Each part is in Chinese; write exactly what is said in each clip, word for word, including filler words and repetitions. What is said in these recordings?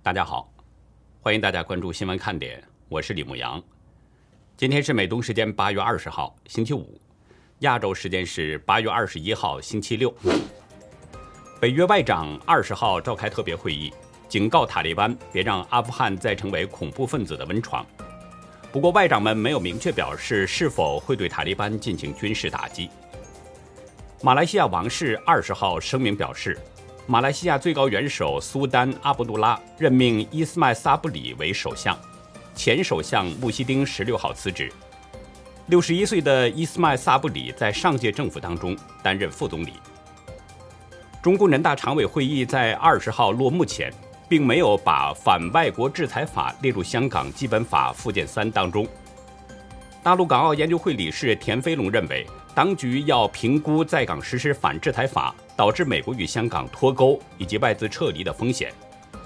大家好，欢迎大家关注新闻看点，我是李牧阳。今天是美东时间八月二十号，星期五；亚洲时间是八月二十一号，星期六。北约外长二十号召开特别会议，警告塔利班别让阿富汗再成为恐怖分子的温床。不过，外长们没有明确表示是否会对塔利班进行军事打击。马来西亚王室二十号声明表示，马来西亚最高元首苏丹阿卜杜拉任命伊斯麦萨布里为首相，前首相穆希丁十六号辞职。六十一岁的伊斯麦萨布里在上届政府当中担任副总理。中共人大常委会议在二十号落幕前，并没有把反外国制裁法列入香港基本法附件三当中。大陆港澳研究会理事田飞龙认为，当局要评估在港实施反制裁法导致美国与香港脱钩以及外资撤离的风险。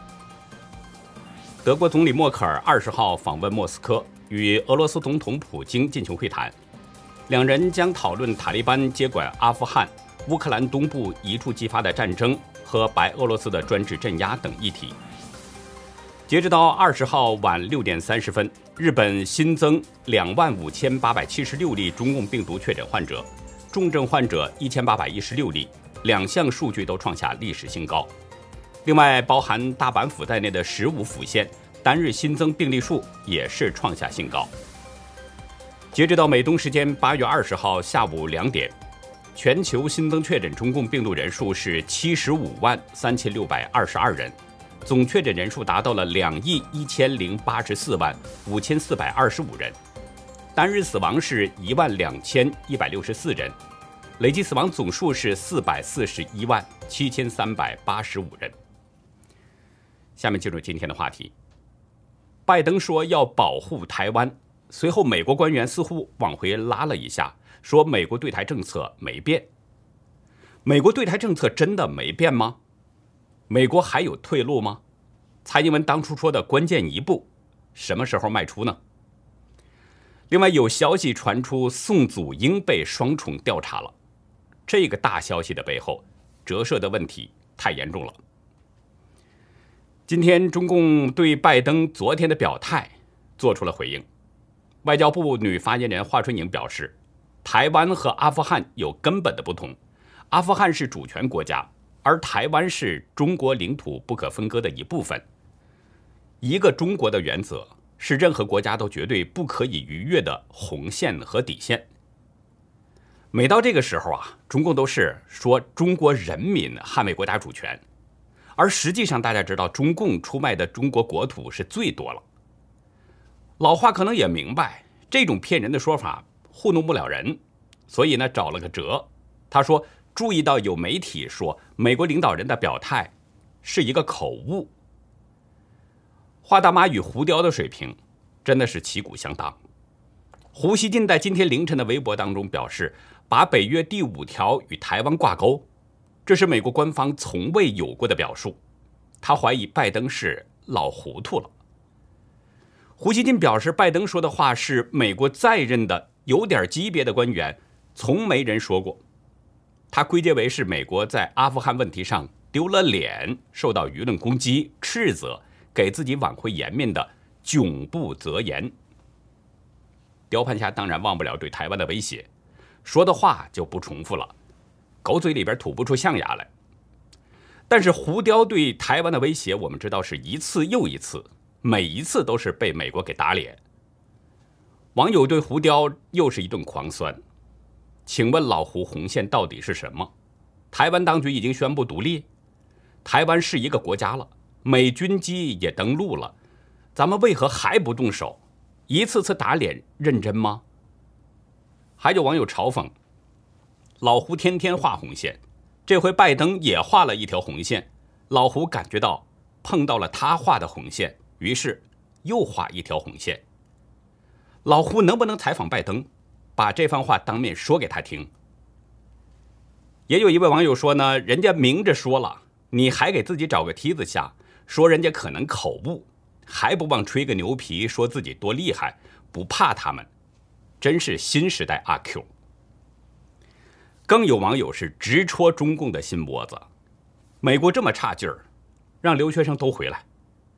德国总理默克尔二十号访问莫斯科，与俄罗斯总统普京进行会谈，两人将讨论塔利班接管阿富汗、乌克兰东部一触即发的战争和白俄罗斯的专制镇压等议题。截止到二十号晚六点三十分，日本新增两万五千八百七十六例中共病毒确诊患者，重症患者一千八百一十六例，两项数据都创下历史新高。另外，包含大阪府在内的十五府县单日新增病例数也是创下新高。截止到美东时间八月二十号下午两点，全球新增确诊中共病毒人数是七十五万三千六百二十二人。总确诊人数达到了两亿一千零八十四万五千四百二十五人，单日死亡是一万两千一百六十四人，累计死亡总数是四百四十一万七千三百八十五人。下面进入今天的话题。拜登说要保护台湾，随后美国官员似乎往回拉了一下，说美国对台政策没变。美国对台政策真的没变吗？美国还有退路吗？蔡英文当初说的关键一步，什么时候迈出呢？另外，有消息传出宋祖英被双重调查了，这个大消息的背后折射的问题太严重了。今天中共对拜登昨天的表态做出了回应。外交部女发言人华春莹表示，台湾和阿富汗有根本的不同，阿富汗是主权国家，而台湾是中国领土不可分割的一部分。一个中国的原则是任何国家都绝对不可以逾越的红线和底线。每到这个时候啊，中共都是说中国人民捍卫国家主权，而实际上大家知道，中共出卖的中国国土是最多了。老华可能也明白这种骗人的说法糊弄不了人，所以呢找了个辙。他说，注意到有媒体说美国领导人的表态是一个口误。华大妈与胡雕的水平真的是旗鼓相当。胡锡进在今天凌晨的微博当中表示，把北约第五条与台湾挂钩，这是美国官方从未有过的表述。他怀疑拜登是老糊涂了。胡锡进表示，拜登说的话是美国在任的有点级别的官员从没人说过。他归结为是美国在阿富汗问题上丢了脸，受到舆论攻击、斥责，给自己挽回颜面的窘不择言。雕盘侠当然忘不了对台湾的威胁，说的话就不重复了，狗嘴里边吐不出象牙来。但是胡雕对台湾的威胁，我们知道是一次又一次，每一次都是被美国给打脸。网友对胡雕又是一顿狂酸。请问老胡红线到底是什么？台湾当局已经宣布独立，台湾是一个国家了，美军机也登陆了，咱们为何还不动手？一次次打脸，认真吗？还有网友嘲讽，老胡天天画红线，这回拜登也画了一条红线，老胡感觉到碰到了他画的红线，于是又画一条红线。老胡能不能采访拜登，把这番话当面说给他听？也有一位网友说呢，人家明着说了，你还给自己找个梯子下，说人家可能口误，还不忘吹个牛皮，说自己多厉害，不怕他们，真是新时代阿 Q。 更有网友是直戳中共的心窝子，美国这么差劲儿，让留学生都回来，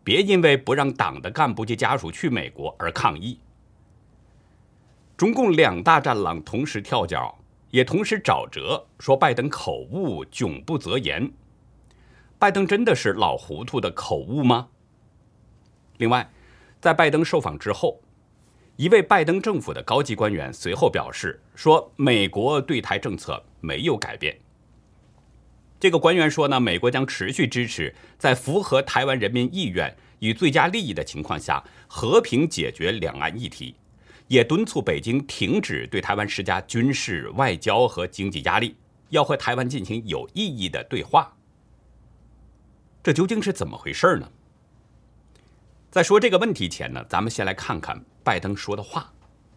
别因为不让党的干部及家属去美国而抗议。中共两大战狼同时跳脚，也同时找辙，说拜登口误，窘不择言。拜登真的是老糊涂的口误吗？另外，在拜登受访之后，一位拜登政府的高级官员随后表示说，美国对台政策没有改变。这个官员说呢，美国将持续支持在符合台湾人民意愿与最佳利益的情况下，和平解决两岸议题，也敦促北京停止对台湾施加军事、外交和经济压力，要和台湾进行有意义的对话。这究竟是怎么回事呢？在说这个问题前呢，咱们先来看看拜登说的话。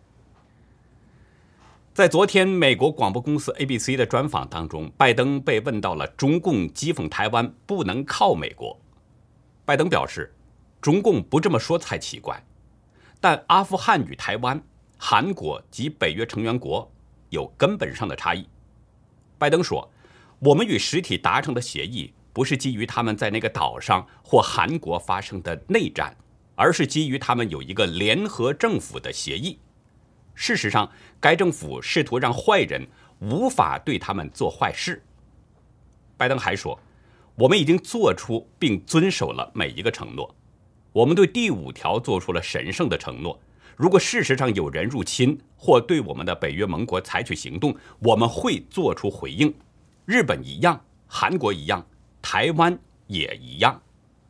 在昨天美国广播公司 A B C 的专访当中，拜登被问到了中共讥讽台湾不能靠美国。拜登表示，中共不这么说才奇怪，但阿富汗与台湾、韩国及北约成员国有根本上的差异。拜登说，我们与实体达成的协议不是基于他们在那个岛上或韩国发生的内战，而是基于他们有一个联合政府的协议。事实上，该政府试图让坏人无法对他们做坏事。拜登还说，我们已经做出并遵守了每一个承诺，我们对第五条做出了神圣的承诺，如果事实上有人入侵或对我们的北约盟国采取行动，我们会做出回应。日本一样，韩国一样，台湾也一样。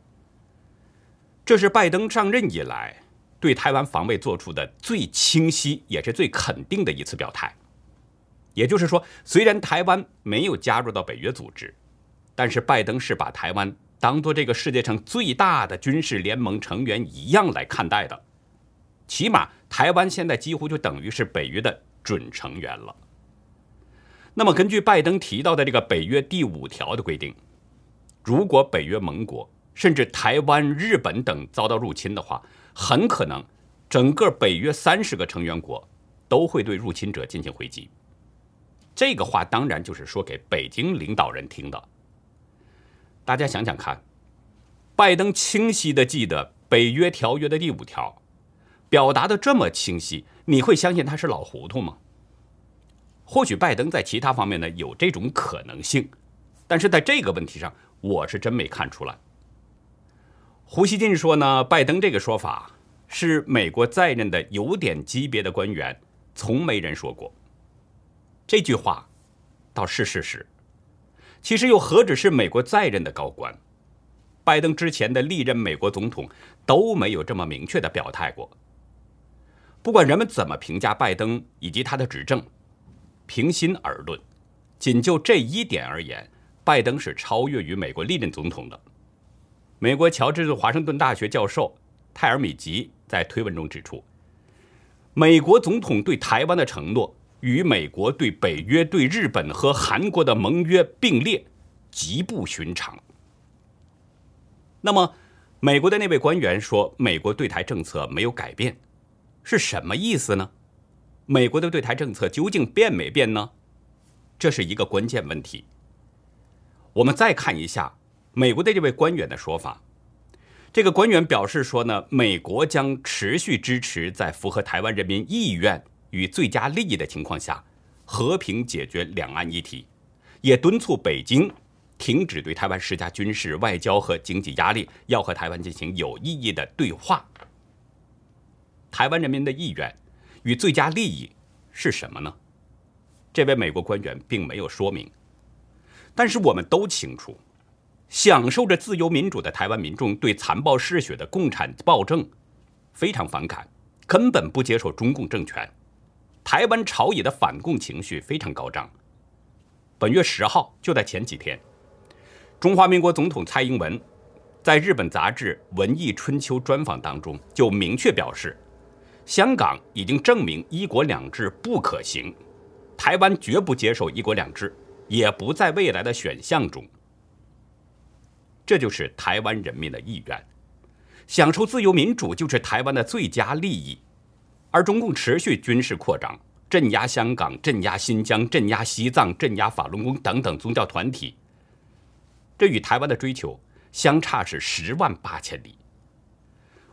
这是拜登上任以来对台湾防卫做出的最清晰也是最肯定的一次表态。也就是说，虽然台湾没有加入到北约组织，但是拜登是把台湾当作这个世界上最大的军事联盟成员一样来看待的。起码台湾现在几乎就等于是北约的准成员了。那么根据拜登提到的这个北约第五条的规定，如果北约盟国甚至台湾、日本等遭到入侵的话，很可能整个北约三十个成员国都会对入侵者进行回击。这个话当然就是说给北京领导人听的。大家想想看，拜登清晰地记得北约条约的第五条，表达的这么清晰，你会相信他是老糊涂吗？或许拜登在其他方面呢有这种可能性，但是在这个问题上，我是真没看出来。胡锡进说呢，拜登这个说法是美国在任的有点级别的官员从没人说过。这句话倒是事实，其实又何止是美国在任的高官，拜登之前的历任美国总统都没有这么明确的表态过。不管人们怎么评价拜登以及他的执政，平心而论，仅就这一点而言，拜登是超越于美国历任总统的。美国乔治华盛顿大学教授泰尔米吉在推文中指出，美国总统对台湾的承诺与美国对北约、对日本和韩国的盟约并列，极不寻常。那么，美国的那位官员说美国对台政策没有改变，是什么意思呢？美国的对台政策究竟变没变呢？这是一个关键问题。我们再看一下美国的这位官员的说法。这个官员表示说呢，美国将持续支持在符合台湾人民意愿与最佳利益的情况下，和平解决两岸议题，也敦促北京停止对台湾施加军事、外交和经济压力，要和台湾进行有意义的对话。台湾人民的意愿与最佳利益是什么呢？这位美国官员并没有说明。但是我们都清楚，享受着自由民主的台湾民众对残暴嗜血的共产暴政非常反感，根本不接受中共政权。台湾朝野的反共情绪非常高涨。本月十号，就在前几天，中华民国总统蔡英文在日本杂志《文艺春秋》专访当中就明确表示，香港已经证明一国两制不可行，台湾绝不接受一国两制，也不在未来的选项中。这就是台湾人民的意愿，享受自由民主就是台湾的最佳利益。而中共持续军事扩张，镇压香港、镇压新疆、镇压西藏、镇压法轮功等等宗教团体，这与台湾的追求相差是十万八千里。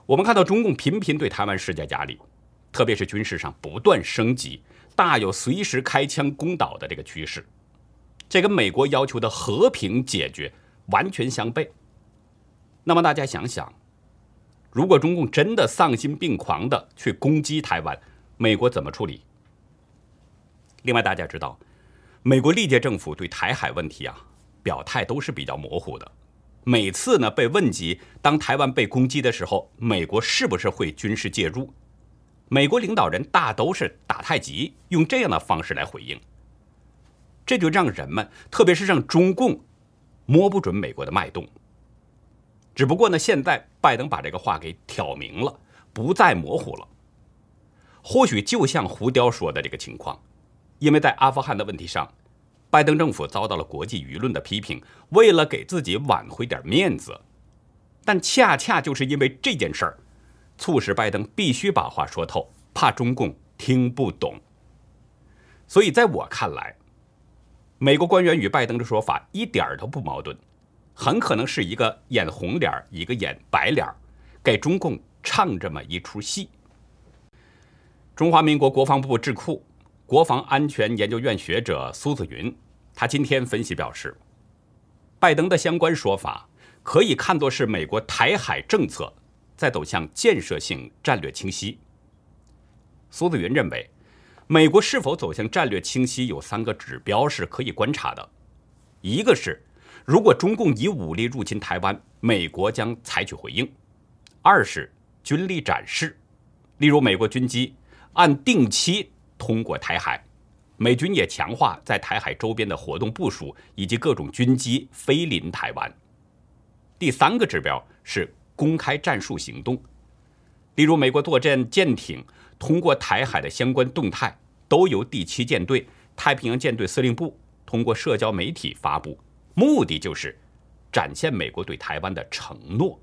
我们看到中共频频对台湾施加压力，特别是军事上不断升级，大有随时开枪攻岛的这个趋势。这跟美国要求的和平解决完全相悖。那么大家想想，如果中共真的丧心病狂的去攻击台湾，美国怎么处理？另外，大家知道，美国历届政府对台海问题啊表态都是比较模糊的。每次呢被问及当台湾被攻击的时候，美国是不是会军事介入，美国领导人大都是打太极，用这样的方式来回应。这就让人们，特别是让中共摸不准美国的脉动。只不过呢，现在拜登把这个话给挑明了，不再模糊了。或许就像胡雕说的这个情况，因为在阿富汗的问题上，拜登政府遭到了国际舆论的批评，为了给自己挽回点面子，但恰恰就是因为这件事儿，促使拜登必须把话说透，怕中共听不懂。所以在我看来，美国官员与拜登的说法一点都不矛盾，很可能是一个演红脸，一个演白脸，给中共唱这么一出戏。中华民国国防部智库国防安全研究院学者苏子云，他今天分析表示，拜登的相关说法可以看作是美国台海政策在走向建设性战略清晰。苏子云认为，美国是否走向战略清晰有三个指标是可以观察的。一个是，如果中共以武力入侵台湾，美国将采取回应；二是军力展示，例如美国军机按定期通过台海，美军也强化在台海周边的活动部署，以及各种军机飞临台湾。第三个指标是公开战术行动，例如美国作战舰艇通过台海的相关动态，都由第七舰队、太平洋舰队司令部通过社交媒体发布，目的就是展现美国对台湾的承诺。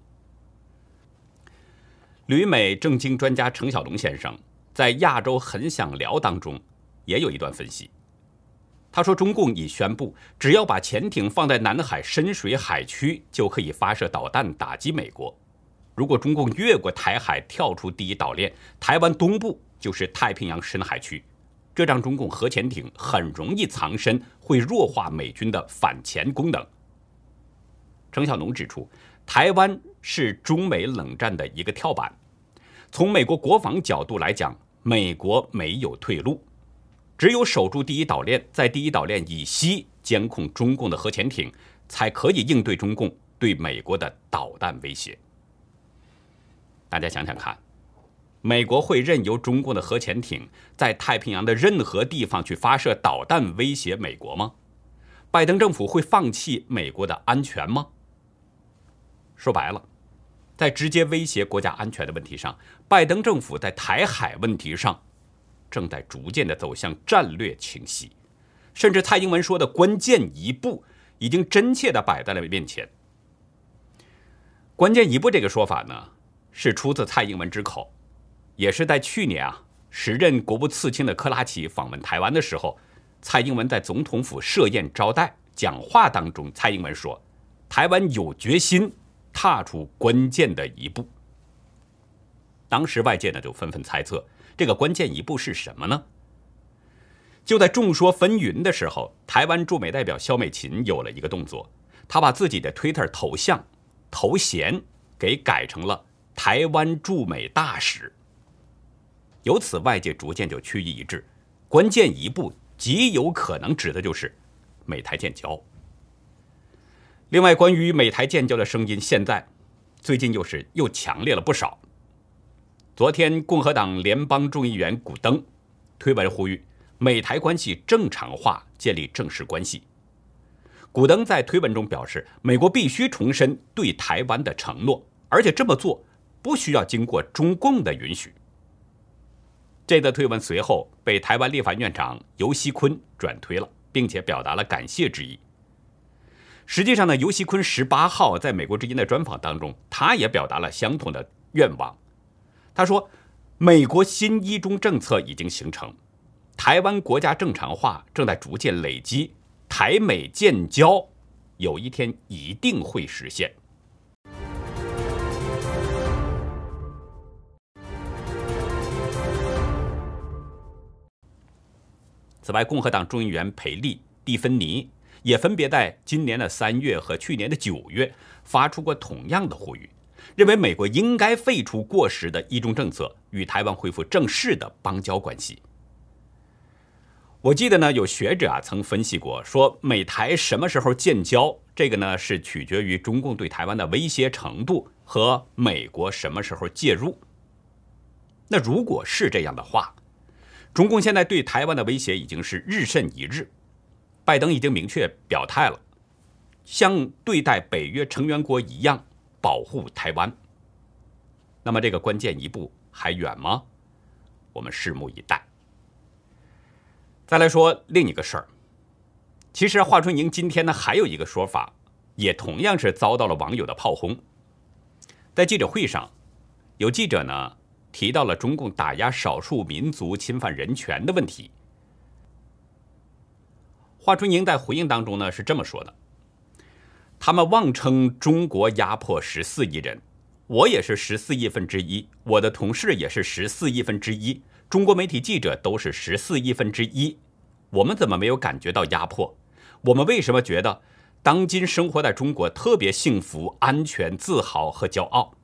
旅美政经专家程小龙先生在《亚洲很想聊》当中也有一段分析。他说，中共已宣布，只要把潜艇放在南海深水海区，就可以发射导弹打击美国。如果中共越过台海跳出第一岛链，台湾东部就是太平洋深海区，这让中共核潜艇很容易藏身，会弱化美军的反潜功能。程小龙指出，台湾是中美冷战的一个跳板，从美国国防角度来讲，美国没有退路，只有守住第一岛链，在第一岛链以西监控中共的核潜艇，才可以应对中共对美国的导弹威胁。大家想想看，美国会任由中共的核潜艇在太平洋的任何地方去发射导弹威胁美国吗？拜登政府会放弃美国的安全吗？说白了，在直接威胁国家安全的问题上，拜登政府在台海问题上正在逐渐的走向战略清晰，甚至蔡英文说的关键一步已经真切的摆在了面前。关键一步这个说法呢，是出自蔡英文之口，也是在去年啊，时任国务次卿的克拉奇访问台湾的时候，蔡英文在总统府设宴招待讲话当中，蔡英文说，台湾有决心踏出关键的一步。当时外界呢就纷纷猜测，这个关键一步是什么呢？就在众说纷纭的时候，台湾驻美代表萧美琴有了一个动作，她把自己的 Twitter 头像头衔给改成了台湾驻美大使。由此外界逐渐就趋于一致，关键一步极有可能指的就是美台建交。另外，关于美台建交的声音，现在最近又是又强烈了不少。昨天，共和党联邦众议员古登推文呼吁美台关系正常化，建立正式关系。古登在推文中表示，美国必须重申对台湾的承诺，而且这么做不需要经过中共的允许。这则推文随后被台湾立法院长游锡堃转推了，并且表达了感谢之意。实际上呢，游锡堃十八号在美国之音的专访当中，他也表达了相同的愿望。他说，美国新一中政策已经形成，台湾国家正常化正在逐渐累积，台美建交有一天一定会实现。 此外，共和党众议员裴利、蒂芬尼也分别在今年的三月和去年的九月发出过同样的呼吁，认为美国应该废除过时的一中政策，与台湾恢复正式的邦交关系。我记得呢，有学者啊曾分析过，说美台什么时候建交，这个呢是取决于中共对台湾的威胁程度和美国什么时候介入。那如果是这样的话，中共现在对台湾的威胁已经是日甚一日，拜登已经明确表态了，像对待北约成员国一样保护台湾。那么这个关键一步还远吗？我们拭目以待。再来说另一个事儿，其实华春莹今天呢还有一个说法，也同样是遭到了网友的炮轰。在记者会上，有记者呢提到了中共打压少数民族、侵犯人权的问题。华春莹在回应当中呢是这么说的：他们妄称中国压迫十四亿人，我也是十四亿分之一，我的同事也是十四亿分之一，中国媒体记者都是十四亿分之一，我们怎么没有感觉到压迫？我们为什么觉得当今生活在中国特别幸福、安全、自豪和骄傲？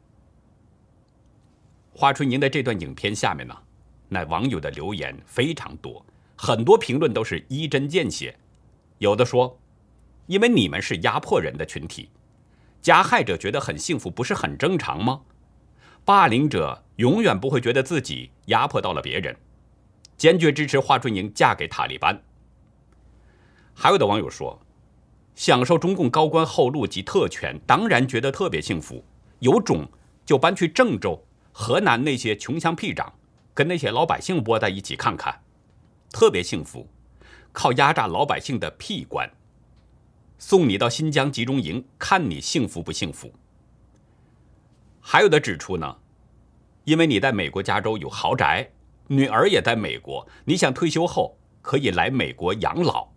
华春莹的这段影片下面呢，那网友的留言非常多，很多评论都是一针见血。有的说，因为你们是压迫人的群体，加害者觉得很幸福，不是很正常吗？霸凌者永远不会觉得自己压迫到了别人，坚决支持华春莹嫁给塔利班。还有的网友说，享受中共高官厚禄及特权，当然觉得特别幸福，有种就搬去郑州、河南那些穷乡僻壤，跟那些老百姓窝在一起看看，特别幸福，靠压榨老百姓的屁官。送你到新疆集中营，看你幸福不幸福。还有的指出呢，因为你在美国加州有豪宅，女儿也在美国，你想退休后可以来美国养老。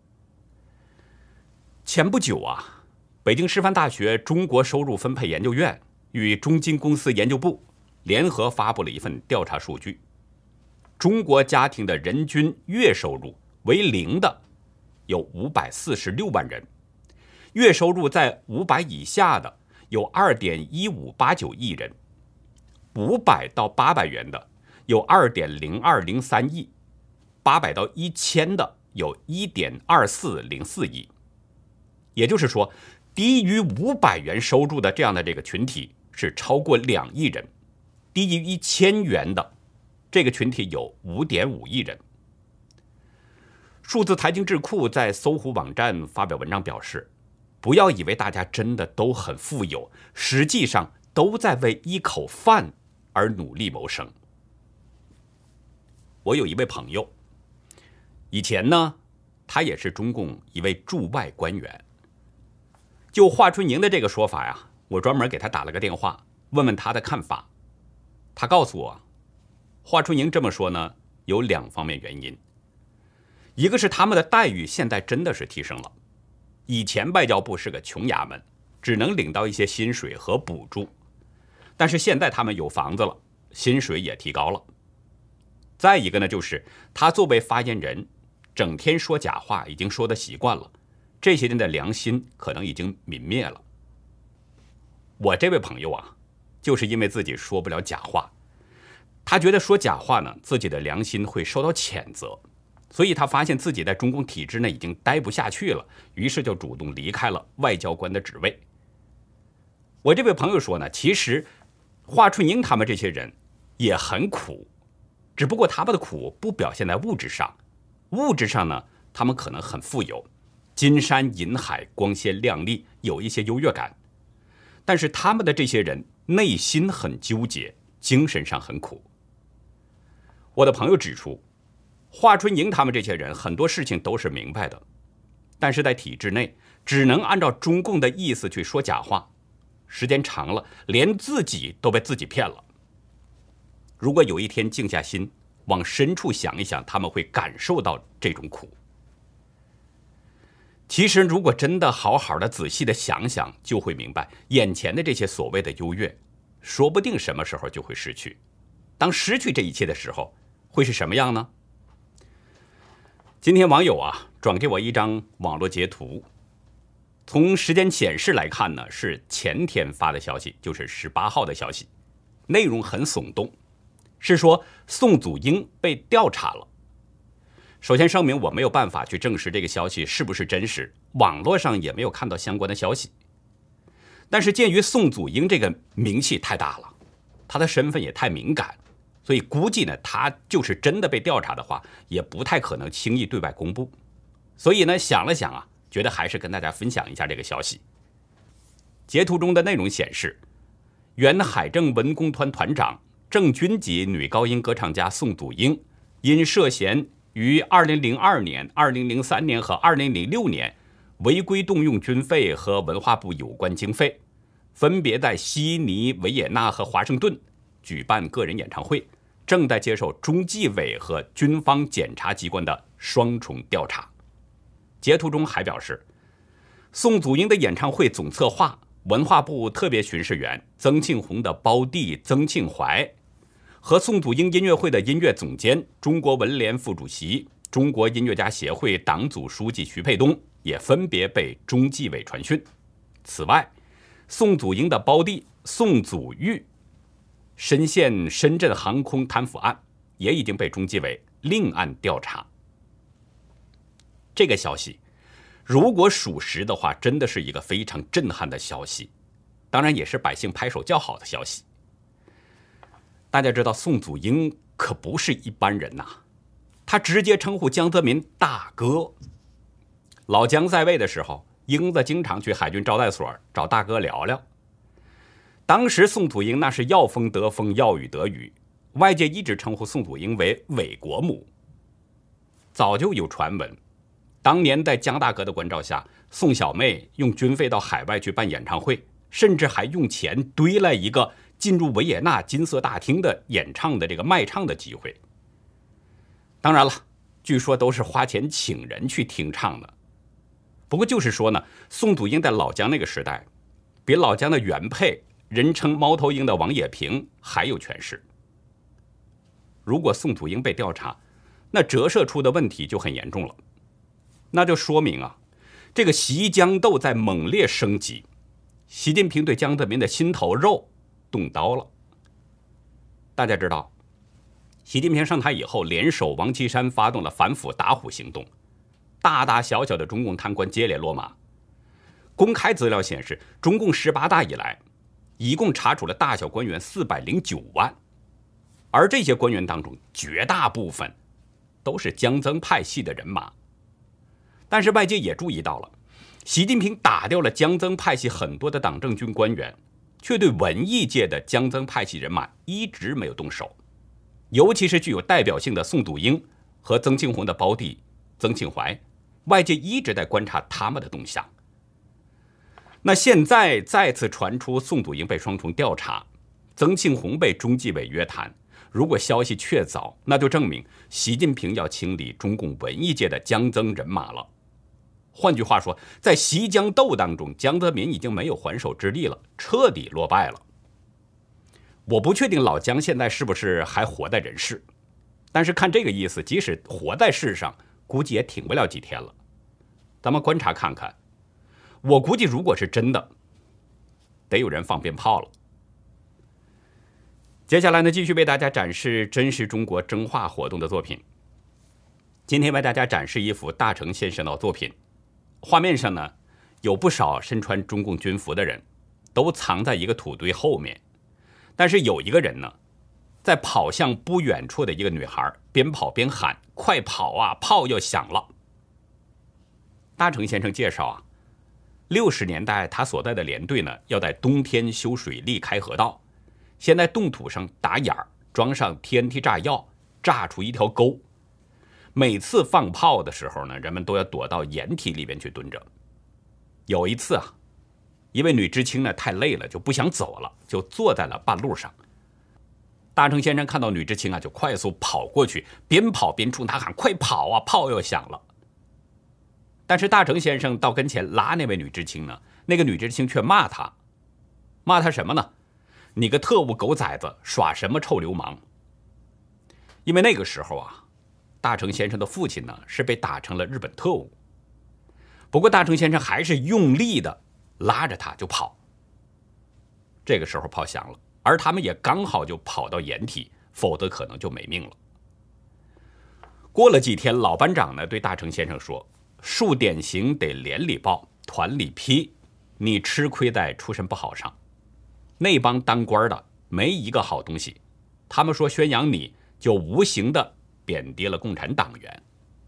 前不久啊，北京师范大学中国收入分配研究院与中金公司研究部联合发布了一份调查数据，中国家庭的人均月收入为零的有五百四十六万人，月收入在五百以下的有 二点一五八九亿人，五百到八百元的有 二点零二零三亿，八百到一千的有 一点二四零四亿。也就是说，低于五百元收入的这样的这个群体是超过两亿人，低于一千元的这个群体有 五点五亿人。数字财经智库在搜狐网站发表文章表示，不要以为大家真的都很富有，实际上都在为一口饭而努力谋生。我有一位朋友，以前呢，他也是中共一位驻外官员。就华春莹的这个说法呀，我专门给他打了个电话，问问他的看法。他告诉我，华春莹这么说呢，有两方面原因。一个是他们的待遇现在真的是提升了，以前外交部是个穷衙门，只能领到一些薪水和补助，但是现在他们有房子了，薪水也提高了。再一个呢，就是他作为发言人，整天说假话已经说得习惯了，这些人的良心可能已经泯灭了。我这位朋友啊，就是因为自己说不了假话，他觉得说假话呢，自己的良心会受到谴责，所以他发现自己在中共体制内已经待不下去了，于是就主动离开了外交官的职位。我这位朋友说呢，其实华春莹他们这些人也很苦，只不过他们的苦不表现在物质上，物质上呢，他们可能很富有，金山银海，光鲜亮丽，有一些优越感，但是他们的这些人内心很纠结，精神上很苦。我的朋友指出，华春莹他们这些人很多事情都是明白的，但是在体制内只能按照中共的意思去说假话，时间长了，连自己都被自己骗了。如果有一天静下心，往深处想一想，他们会感受到这种苦。其实如果真的好好的仔细的想想，就会明白，眼前的这些所谓的优越，说不定什么时候就会失去。当失去这一切的时候，会是什么样呢？ 今天网友啊转给我一张网络截图，从时间显示来看呢，是前天发的消息，就是十八号的消息，内容很耸动，是说宋祖英被调查了。首先声明，我没有办法去证实这个消息是不是真实，网络上也没有看到相关的消息。但是鉴于宋祖英这个名气太大了，他的身份也太敏感，所以估计呢，他就是真的被调查的话，也不太可能轻易对外公布。所以呢，想了想啊，觉得还是跟大家分享一下这个消息。截图中的内容显示，原海政文工团团长、正军级女高音歌唱家宋祖英，因涉嫌于二零零二年、二零零三年和二零零六年违规动用军费和文化部有关经费，分别在悉尼、维也纳和华盛顿举办个人演唱会，正在接受中纪委和军方检察机关的双重调查。截图中还表示，宋祖英的演唱会总策划、文化部特别巡视员曾庆红的胞弟曾庆怀和宋祖英音乐会的音乐总监、中国文联副主席、中国音乐家协会党组书记徐沛东也分别被中纪委传讯。此外，宋祖英的胞弟宋祖玉深陷深圳航空贪腐案，也已经被中纪委另案调查。这个消息如果属实的话，真的是一个非常震撼的消息，当然也是百姓拍手叫好的消息。大家知道宋祖英可不是一般人呐、啊，他直接称呼江泽民大哥。老江在位的时候，英子经常去海军招待所找大哥聊聊。当时宋祖英那是要风得风，要雨得雨，外界一直称呼宋祖英为伪国母。早就有传闻，当年在江大哥的关照下，宋小妹用军费到海外去办演唱会，甚至还用钱堆来一个进入维也纳金色大厅的演唱的这个卖唱的机会。当然了，据说都是花钱请人去听唱的。不过就是说呢，宋祖英在老姜那个时代，比老姜的原配人称猫头鹰的王野平还有权势。如果宋祖英被调查，那折射出的问题就很严重了。那就说明啊，这个习江斗在猛烈升级，习近平对江泽民的心头肉动刀了。大家知道，习近平上台以后，联手王岐山发动了反腐打虎行动，大大小小的中共贪官接连落马。公开资料显示，中共十八大以来，一共查处了大小官员四百零九万，而这些官员当中，绝大部分都是江曾派系的人马。但是外界也注意到了，习近平打掉了江曾派系很多的党政军官员，却对文艺界的江曾派系人马一直没有动手，尤其是具有代表性的宋祖英和曾庆红的胞弟曾庆怀，外界一直在观察他们的动向。那现在再次传出宋祖英被双重调查，曾庆红被中纪委约谈，如果消息确凿，那就证明习近平要清理中共文艺界的江曾人马了。换句话说，在习江斗当中，江泽民已经没有还手之力了，彻底落败了。我不确定老江现在是不是还活在人世，但是看这个意思，即使活在世上，估计也挺不了几天了。咱们观察看看，我估计如果是真的，得有人放鞭炮了。接下来呢，继续为大家展示真实中国征化活动的作品。今天为大家展示一幅大成先生的作品，画面上呢，有不少身穿中共军服的人，都藏在一个土堆后面。但是有一个人呢，在跑向不远处的一个女孩，边跑边喊：“快跑啊，炮要响了！”大成先生介绍啊，六十年代他所在的连队呢，要在冬天修水利、开河道，先在冻土上打眼儿，装上 T N T 炸药，炸出一条沟。每次放炮的时候呢，人们都要躲到掩体里边去蹲着。有一次啊，一位女知青呢太累了，就不想走了，就坐在了半路上。大成先生看到女知青啊，就快速跑过去，边跑边冲她喊：“快跑啊，炮要响了！”但是大成先生到跟前拉那位女知青呢，那个女知青却骂他，骂他什么呢？你个特务狗崽子，耍什么臭流氓！因为那个时候啊， 大成先生的父亲呢是被打成了日本特务。不过大成先生还是用力的拉着他就跑。这个时候炮响了，而他们也刚好就跑到掩体，否则可能就没命了。过了几天，老班长呢对大成先生说：“树典型得连里报，团里批，你吃亏在出身不好上。那帮当官的没一个好东西，他们说宣扬你，就无形的贬低了共产党员。”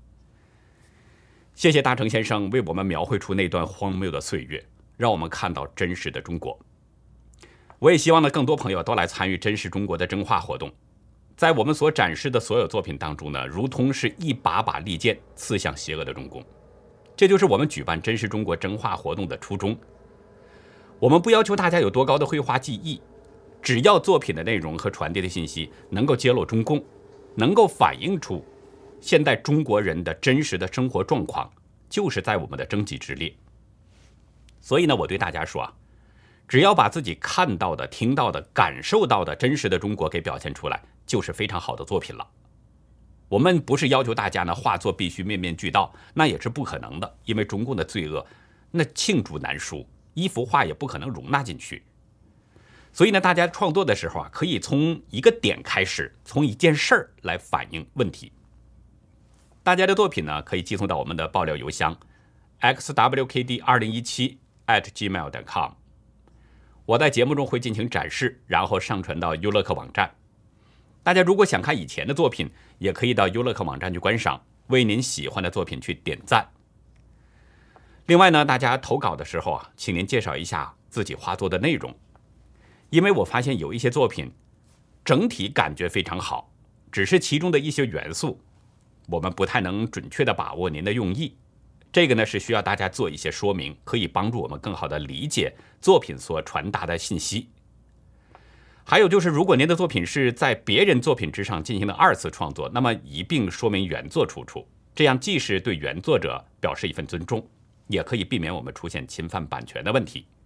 谢谢大成先生为我们描绘出那段荒谬的岁月，让我们看到真实的中国。我也希望呢，更多朋友都来参与真实中国的真话活动。在我们所展示的所有作品当中呢，如同是一把把利剑刺向邪恶的中共。这就是我们举办真实中国真话活动的初衷。我们不要求大家有多高的绘画技艺，只要作品的内容和传递的信息能够揭露中共，能够反映出现代中国人的真实的生活状况，就是在我们的征集之列。所以呢，我对大家说啊，只要把自己看到的、听到的、感受到的真实的中国给表现出来，就是非常好的作品了。我们不是要求大家呢画作必须面面俱到，那也是不可能的，因为中共的罪恶那罄竹难书，一幅画也不可能容纳进去。所以呢，大家创作的时候啊，可以从一个点开始，从一件事儿来反映问题。大家的作品呢，可以寄送到我们的爆料邮箱 x w k d 二零一七 at gmail 点 com。我在节目中会进行展示，然后上传到优乐客网站。大家如果想看以前的作品，也可以到优乐客网站去观赏，为您喜欢的作品去点赞。另外呢，大家投稿的时候啊，请您介绍一下自己画作的内容，因为我发现有一些作品整体感觉非常好，只是其中的一些元素我们不太能准确的把握您的用意。这个呢是需要大家做一些说明，可以帮助我们更好的理解作品所传达的信息。还有就是，如果您的作品是在别人作品之上进行的二次创作，那么一并说明原作出处，这样既是对原作者表示一份尊重，也可以避免我们出现侵犯版权的问题。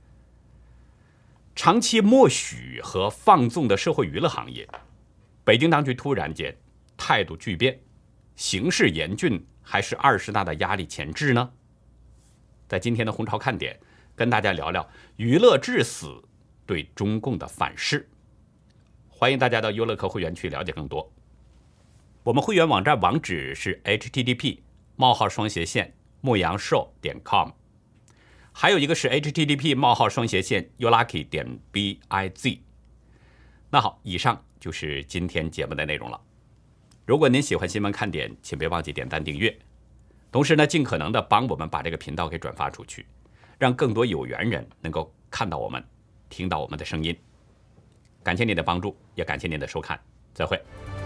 长期默许和放纵的社会娱乐行业，北京当局突然间态度巨变，形势严峻，还是二十大的压力前置呢？在今天的红潮看点，跟大家聊聊娱乐至死对中共的反噬。欢迎大家到优乐客会员区了解更多。我们会员网站网址是 h t t p 冒号双斜线牧羊兽点 com， 还有一个是 h t t p 冒号双斜线 youlucky 点 biz。那好，以上就是今天节目的内容了。如果您喜欢新闻看点，请别忘记点赞订阅，同时呢，尽可能的帮我们把这个频道给转发出去，让更多有缘人能够看到我们，听到我们的声音。感谢您的帮助，也感谢您的收看，再会。